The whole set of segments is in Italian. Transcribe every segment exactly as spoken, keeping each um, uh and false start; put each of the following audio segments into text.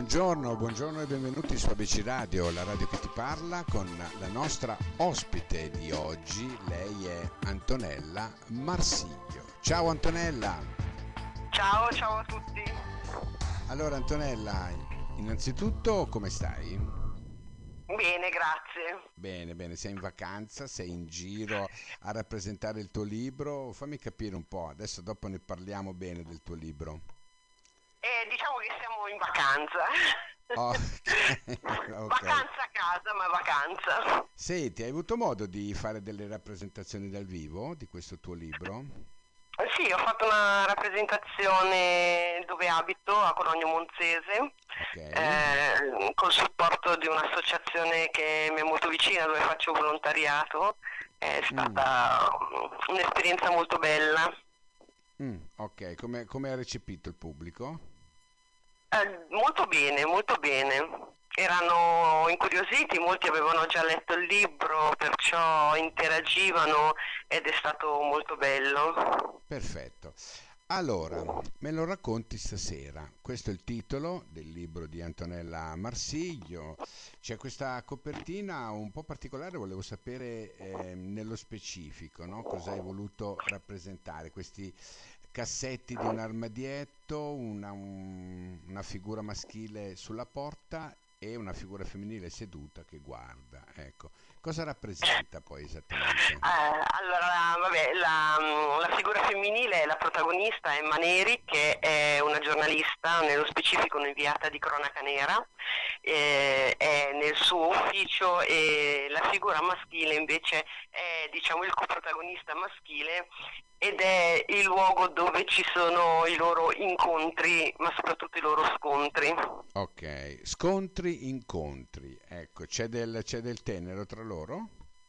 Buongiorno, buongiorno e benvenuti su A B C Radio, la radio che ti parla, con la nostra ospite di oggi. Lei è Antonella Marsiglio. Ciao Antonella! Ciao, ciao a tutti. Allora Antonella, innanzitutto come stai? Bene, grazie. Bene, bene, sei in vacanza, sei in giro a rappresentare il tuo libro? Fammi capire un po', adesso dopo ne parliamo bene del tuo libro. Eh, diciamo che siamo in vacanza. Oh, okay. Vacanza a casa, ma vacanza. Senti, hai avuto modo di fare delle rappresentazioni dal vivo di questo tuo libro? Sì, ho fatto una rappresentazione dove abito, a Cologno Monzese, Ok. eh, col supporto di un'associazione che mi è molto vicina, dove faccio volontariato. È Mm, stata mm, un'esperienza molto bella. mm, ok, come, come ha recepito il pubblico? Eh, molto bene, molto bene. Erano incuriositi, molti avevano già letto il libro, perciò interagivano ed è stato molto bello. Perfetto. Allora, me lo racconti stasera. Questo è il titolo del libro di Antonella Marsiglio. C'è questa copertina un po' particolare, volevo sapere eh, nello specifico, no? Cosa hai voluto rappresentare? Questi cassetti di un armadietto, una, un- una figura maschile sulla porta e una figura femminile seduta che guarda. Ecco, cosa rappresenta poi esattamente? Eh, allora, vabbè, la, la figura femminile, la protagonista è Maneri, che è una giornalista, nello specifico un'inviata di cronaca nera, eh, è nel suo ufficio, e la figura maschile invece è, diciamo, il coprotagonista maschile ed è il luogo dove ci sono i loro incontri, ma soprattutto i loro scontri. Ok, scontri, incontri. Ecco, c'è del, c'è del tenero tra loro?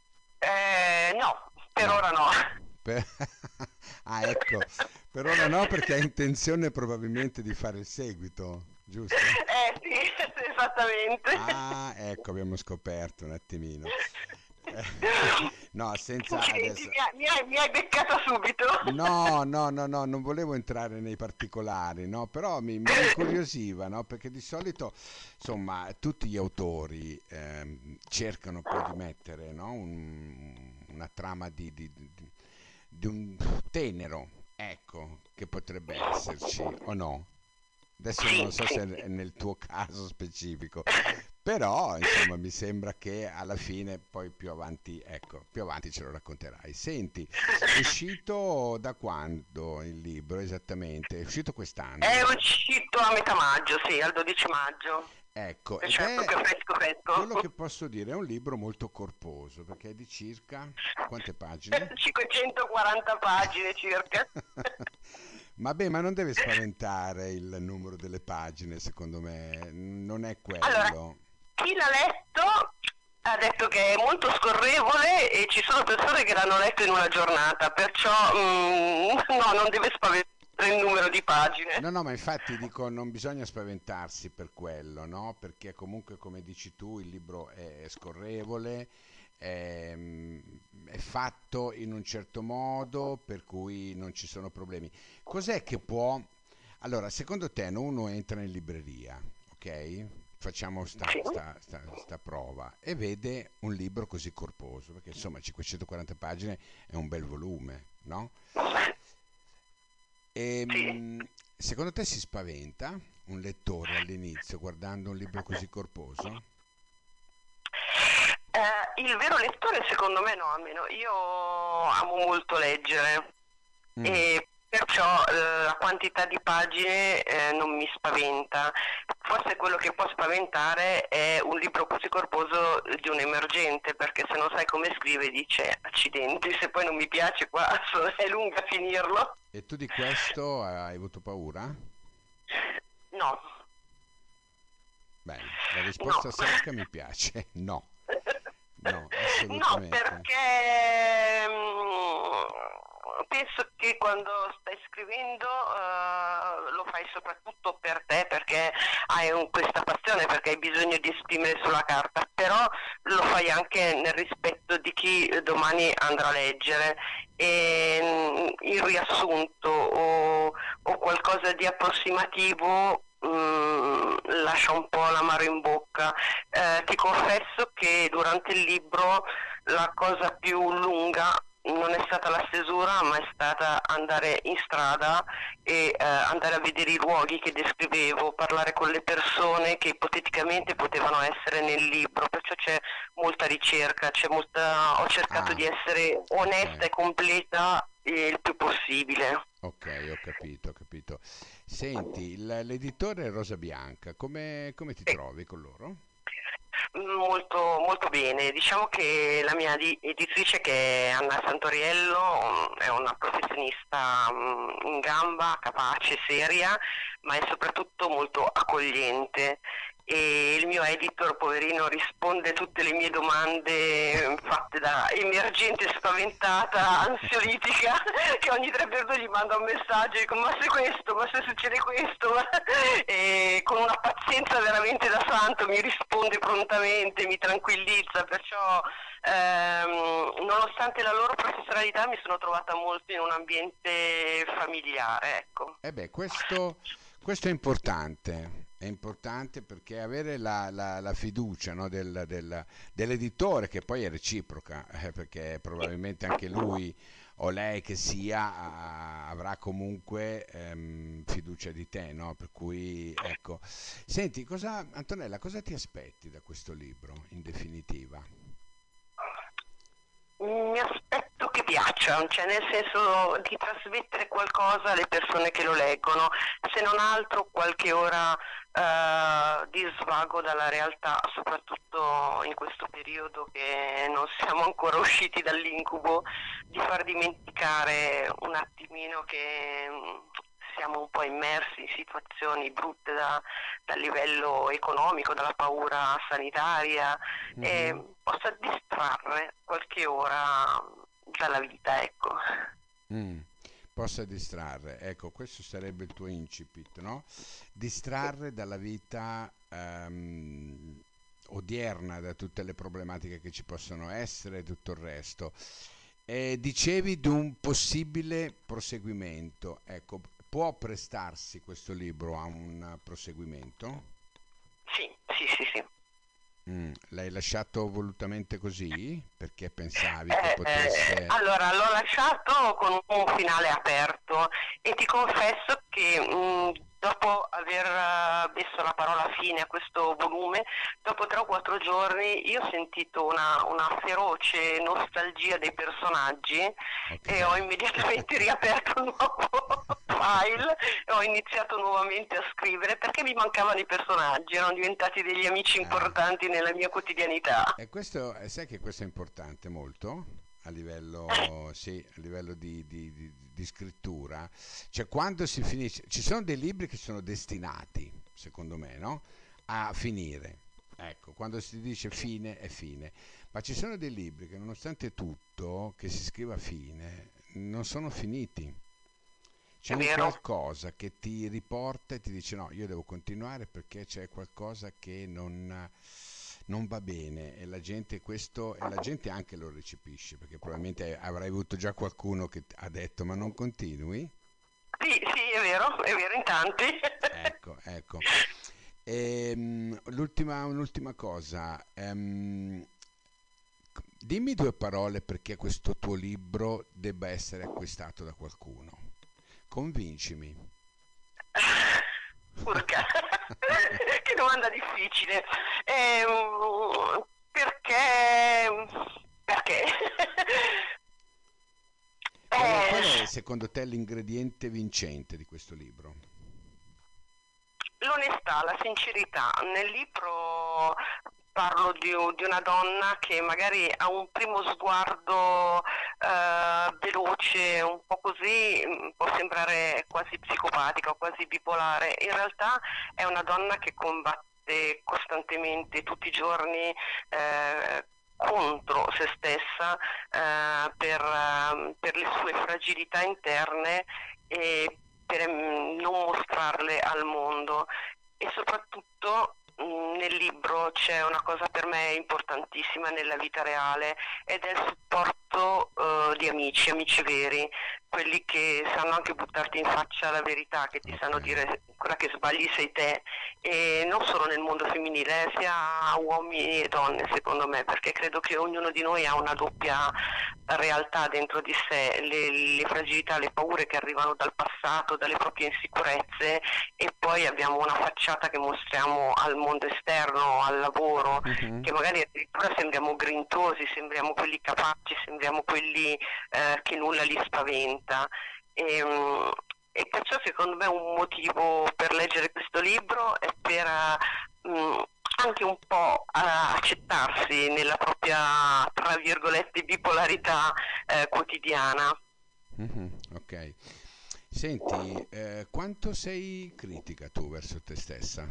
Eh, no, per No. ora no. Per- Ah, ecco, per ora no perché hai intenzione probabilmente di fare il seguito, giusto? Eh sì, esattamente. Ah, ecco, abbiamo scoperto un attimino. Eh, No, senza Accidenti, adesso. mi hai, mi hai- mi hai beccata subito. No, no, no, no, non volevo entrare nei particolari, no, però mi, mi incuriosiva, no, perché di solito, insomma, tutti gli autori ehm, cercano poi di mettere, no, un- una trama di, di- di- di un tenero, ecco, che potrebbe esserci o no. Adesso Sì, non so sì, se sì. è nel tuo caso specifico, però insomma mi sembra che alla fine poi più avanti, ecco, più avanti ce lo racconterai. Senti, è uscito da quando il libro esattamente? È uscito È quest'anno. uscito a metà maggio, sì, al dodici maggio. Ecco, E ed certo è che fresco quello fresco. che posso dire, è un libro molto corposo, perché è di circa quante pagine? cinquecentoquaranta pagine circa. Vabbè, ma non deve spaventare il numero delle pagine, secondo me, non è Allora, quello. chi l'ha letto ha detto che è molto scorrevole e ci sono persone che l'hanno letto in una giornata, perciò mm, no, non deve spaventare il numero di pagine. No, no, ma infatti dico, non bisogna spaventarsi per quello, no? Perché comunque, come dici tu, il libro è scorrevole, è, è fatto in un certo modo, per cui non ci sono problemi. Cos'è che può... Allora, secondo te, no, uno entra in libreria, ok? Facciamo sta, Sì, sta- sta- sta prova e vede un libro così corposo, perché insomma cinquecentoquaranta pagine è un bel volume, no? sì. Ehm, secondo te si spaventa un lettore all'inizio guardando un libro così corposo? Eh, il vero lettore secondo me no, almeno io amo molto leggere Mm, e perciò eh, la quantità di pagine eh, non mi spaventa. Forse quello che può spaventare è un libro così corposo di un emergente, perché se non sai come scrive dice accidenti, se poi non mi piace qua è lunga a finirlo. e tu di questo hai avuto paura? No, Bene, la no. risposta secca mi piace. No, no, No, assolutamente. perché mm, penso che quando stai scrivendo eh, lo fai soprattutto per te, perché hai un- questa passione, perché hai bisogno di esprimere sulla carta, però lo fai anche nel rispetto di chi domani andrà a leggere. E mm, il riassunto o, o qualcosa di approssimativo mm, lascia un po' l'amaro in bocca. Eh, ti confesso che durante il libro la cosa più lunga non è stata la stesura, ma è stata andare in strada e eh, andare a vedere i luoghi che descrivevo, parlare con le persone che ipoteticamente potevano essere nel libro, perciò c'è molta ricerca, c'è molta... ho cercato Ah, di essere ok, onesta e completa eh, il più possibile. ok, ho capito, ho capito. Senti, il- l'editore è Rosa Bianca, come, come ti Sì. trovi con loro? Molto, molto bene, diciamo che la mia di- editrice, che è Anna Santoriello, mm, è una professionista mm, in gamba, capace, seria, ma è soprattutto molto accogliente, e il mio editor, poverino, risponde a tutte le mie domande fatte da emergente spaventata, ansiolitica, che ogni tre per due gli manda un messaggio e dico: ma se questo, ma se succede questo, e con una pazienza veramente da santo mi risponde prontamente, mi tranquillizza, perciò ehm, nonostante la loro professionalità mi sono trovata molto in un ambiente familiare, ecco. Eh beh, questo, questo è importante, è importante perché avere la, la- la fiducia, no, del- del- dell'editore, che poi è reciproca, eh, perché probabilmente anche lui o lei che sia a- avrà comunque ehm, fiducia di te, no? Per cui ecco. Senti, cosa, Antonella, cosa ti aspetti da questo libro in definitiva? Mi aspetto che piaccia, cioè nel senso di trasmettere qualcosa alle persone che lo leggono, se non altro qualche ora eh, di svago dalla realtà, soprattutto in questo periodo che non siamo ancora usciti dall'incubo, di far dimenticare un attimino che mm, siamo un po' immersi in situazioni brutte da- dal livello economico, dalla paura sanitaria, e Mhm. possa distrarre qualche ora dalla vita, ecco. Mm, possa distrarre, ecco, questo sarebbe il tuo incipit, no? Distrarre dalla vita ehm, odierna, da tutte le problematiche che ci possono essere e tutto il resto. E dicevi di un possibile proseguimento, ecco, può prestarsi questo libro a un proseguimento? Sì, sì, sì, sì. Mm, l'hai lasciato volutamente così? Perché pensavi che Eh, eh, potesse... allora, l'ho lasciato con un finale aperto e ti confesso che mh, dopo aver eh, messo la parola fine a questo volume, dopo tre o quattro giorni io ho sentito una, una feroce nostalgia dei personaggi Ok. e ho immediatamente riaperto un nuovo file e ho iniziato nuovamente a scrivere perché mi mancavano i personaggi, erano diventati degli amici Ah. importanti nella mia quotidianità. E questo, eh, sai che questo è importante molto a livello, sì, a livello di, di- di- di scrittura. Cioè, quando si finisce, ci sono dei libri che sono destinati, secondo me, no? A finire. Ecco, quando si dice fine è fine. Ma ci sono dei libri che, nonostante tutto, che si scriva fine, non sono finiti. C'è È un vero. qualcosa che ti riporta e ti dice no, io devo continuare perché c'è qualcosa che non, non va bene e la gente questo e la gente anche lo recepisce perché probabilmente avrai avuto già qualcuno che ha detto ma non continui? Sì, sì, è vero, è vero, in tanti. Ecco, ecco. Ehm, l'ultima, un'ultima cosa, ehm, dimmi due parole perché questo tuo libro debba essere acquistato da qualcuno. Convincimi. Urca, che domanda difficile. Ehm, perché? Perché? Qual è, Eh, qual è secondo te l'ingrediente vincente di questo libro? L'onestà, la sincerità. Nel libro parlo di, u- di una donna che magari a un primo sguardo eh, veloce, un po' così, mh, può sembrare quasi psicopatica o quasi bipolare. In realtà è una donna che combatte costantemente, tutti i giorni, eh, contro se stessa, eh, per, ehm, per le sue fragilità interne e per mm, non mostrarle al mondo. E soprattutto mh, nel libro c'è una cosa per me importantissima nella vita reale ed è il supporto eh, di amici, amici veri. quelli che sanno anche buttarti in faccia la verità, che ti sanno Ok. dire quella che sbagli sei te, e non solo nel mondo femminile, eh, sia uomini e donne, secondo me, perché credo che ognuno di noi ha una doppia realtà dentro di sé, le, le fragilità, le paure che arrivano dal passato, dalle proprie insicurezze, e poi abbiamo una facciata che mostriamo al mondo esterno, al lavoro, Mhm. che magari addirittura sembriamo grintosi, sembriamo quelli capaci, sembriamo quelli eh, che nulla li spaventa. E, mm, e perciò secondo me un motivo per leggere questo libro è per eh, mm, anche un po' eh, accettarsi nella propria, tra virgolette, bipolarità eh, quotidiana. Mhm. Ok. Senti, eh, quanto sei critica tu verso te stessa?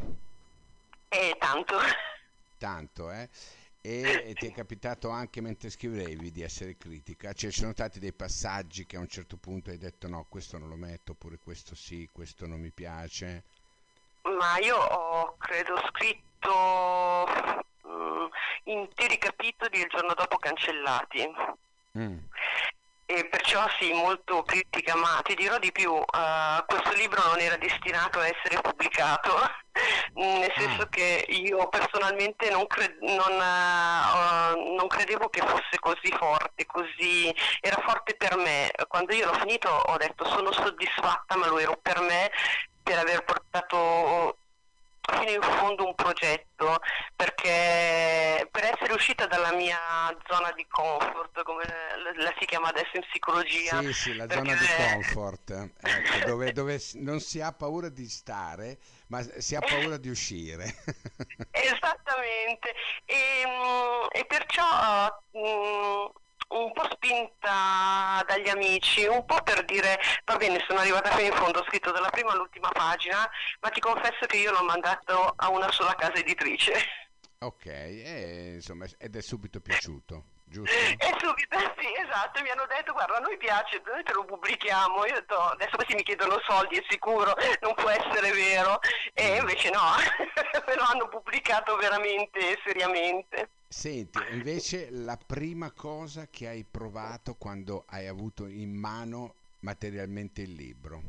E tanto. Tanto, eh? E, e ti è Sì. capitato anche mentre scrivevi di essere critica? Cioè, ci sono stati dei passaggi che a un certo punto hai detto no, questo non lo metto, oppure questo sì, questo non mi piace. Ma io ho, credo, scritto mm, interi capitoli il giorno dopo cancellati. Mm. E perciò sì, molto critica, ma ti dirò di più, eh, questo libro non era destinato a essere pubblicato, nel Ah, senso che io personalmente non, cre- non, eh, non credevo che fosse così forte, così era forte per me. Quando io l'ho finito ho detto sono soddisfatta, ma lo ero per me, per aver portato fino in fondo un progetto, perché per essere uscita dalla mia zona di comfort, come la, la si chiama adesso in psicologia, sì, sì, la perché zona di comfort, ecco, dove, dove s- non si ha paura di stare, ma s- si ha paura di uscire. esattamente, e, mm, e perciò mm, un po' spinta dagli amici, un po' per dire va bene, sono arrivata fino in fondo, ho scritto dalla prima all'ultima pagina, ma ti confesso che io l'ho mandato a una sola casa editrice. Ok, e, insomma, ed è subito piaciuto, giusto? E subito, sì, esatto, mi hanno detto guarda, a noi piace, noi te lo pubblichiamo. Io ho detto, adesso questi mi chiedono soldi, è sicuro, non può essere vero. E Mm. invece no, me lo hanno pubblicato veramente seriamente. Senti, e invece la prima cosa che hai provato quando hai avuto in mano materialmente il libro,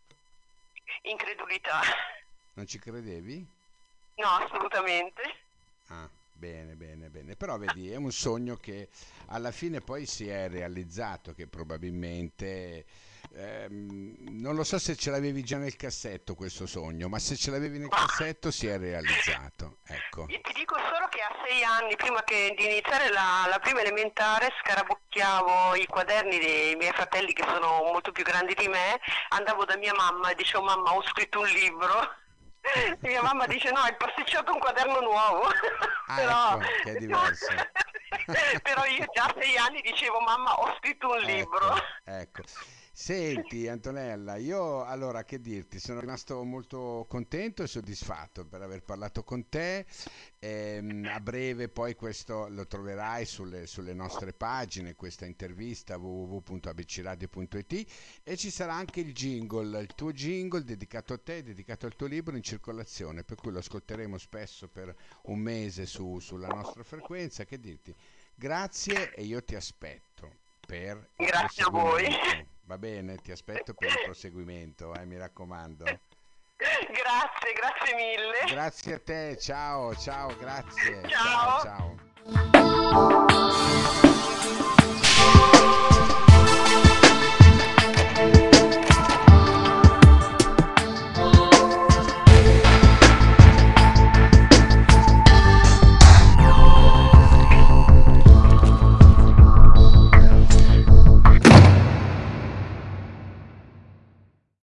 Incredulità. non ci credevi? No, assolutamente. Ah, bene, bene, bene. Però vedi, è un sogno che alla fine poi si è realizzato, che probabilmente, ehm, non lo so se ce l'avevi già nel cassetto questo sogno, ma se ce l'avevi nel Ma cassetto si è realizzato. Ecco. io ti dico solo che a sei anni, prima che di iniziare la, la prima elementare, scarabocchiavo i quaderni dei miei fratelli che sono molto più grandi di me, andavo da mia mamma e dicevo mamma ho scritto un libro. E mia mamma dice no, hai pasticciato un quaderno nuovo. Ah, Però, ecco, che è diverso. però io già a sei anni dicevo mamma ho scritto un libro. Ecco, ecco. Senti, Antonella, io allora che dirti, sono rimasto molto contento e soddisfatto per aver parlato con te. Ehm, a breve poi questo lo troverai sulle, sulle nostre pagine, questa intervista w w w punto a b c radio punto i t, e ci sarà anche il jingle, il tuo jingle dedicato a te, dedicato al tuo libro in circolazione, per cui lo ascolteremo spesso per un mese su- sulla nostra frequenza. Che dirti? Grazie e io ti aspetto per il Grazie a voi. proseguimento. Va bene? Ti aspetto per il proseguimento, eh, mi raccomando. Grazie, grazie mille. Grazie a te, ciao, ciao, grazie, ciao, Ciao. ciao.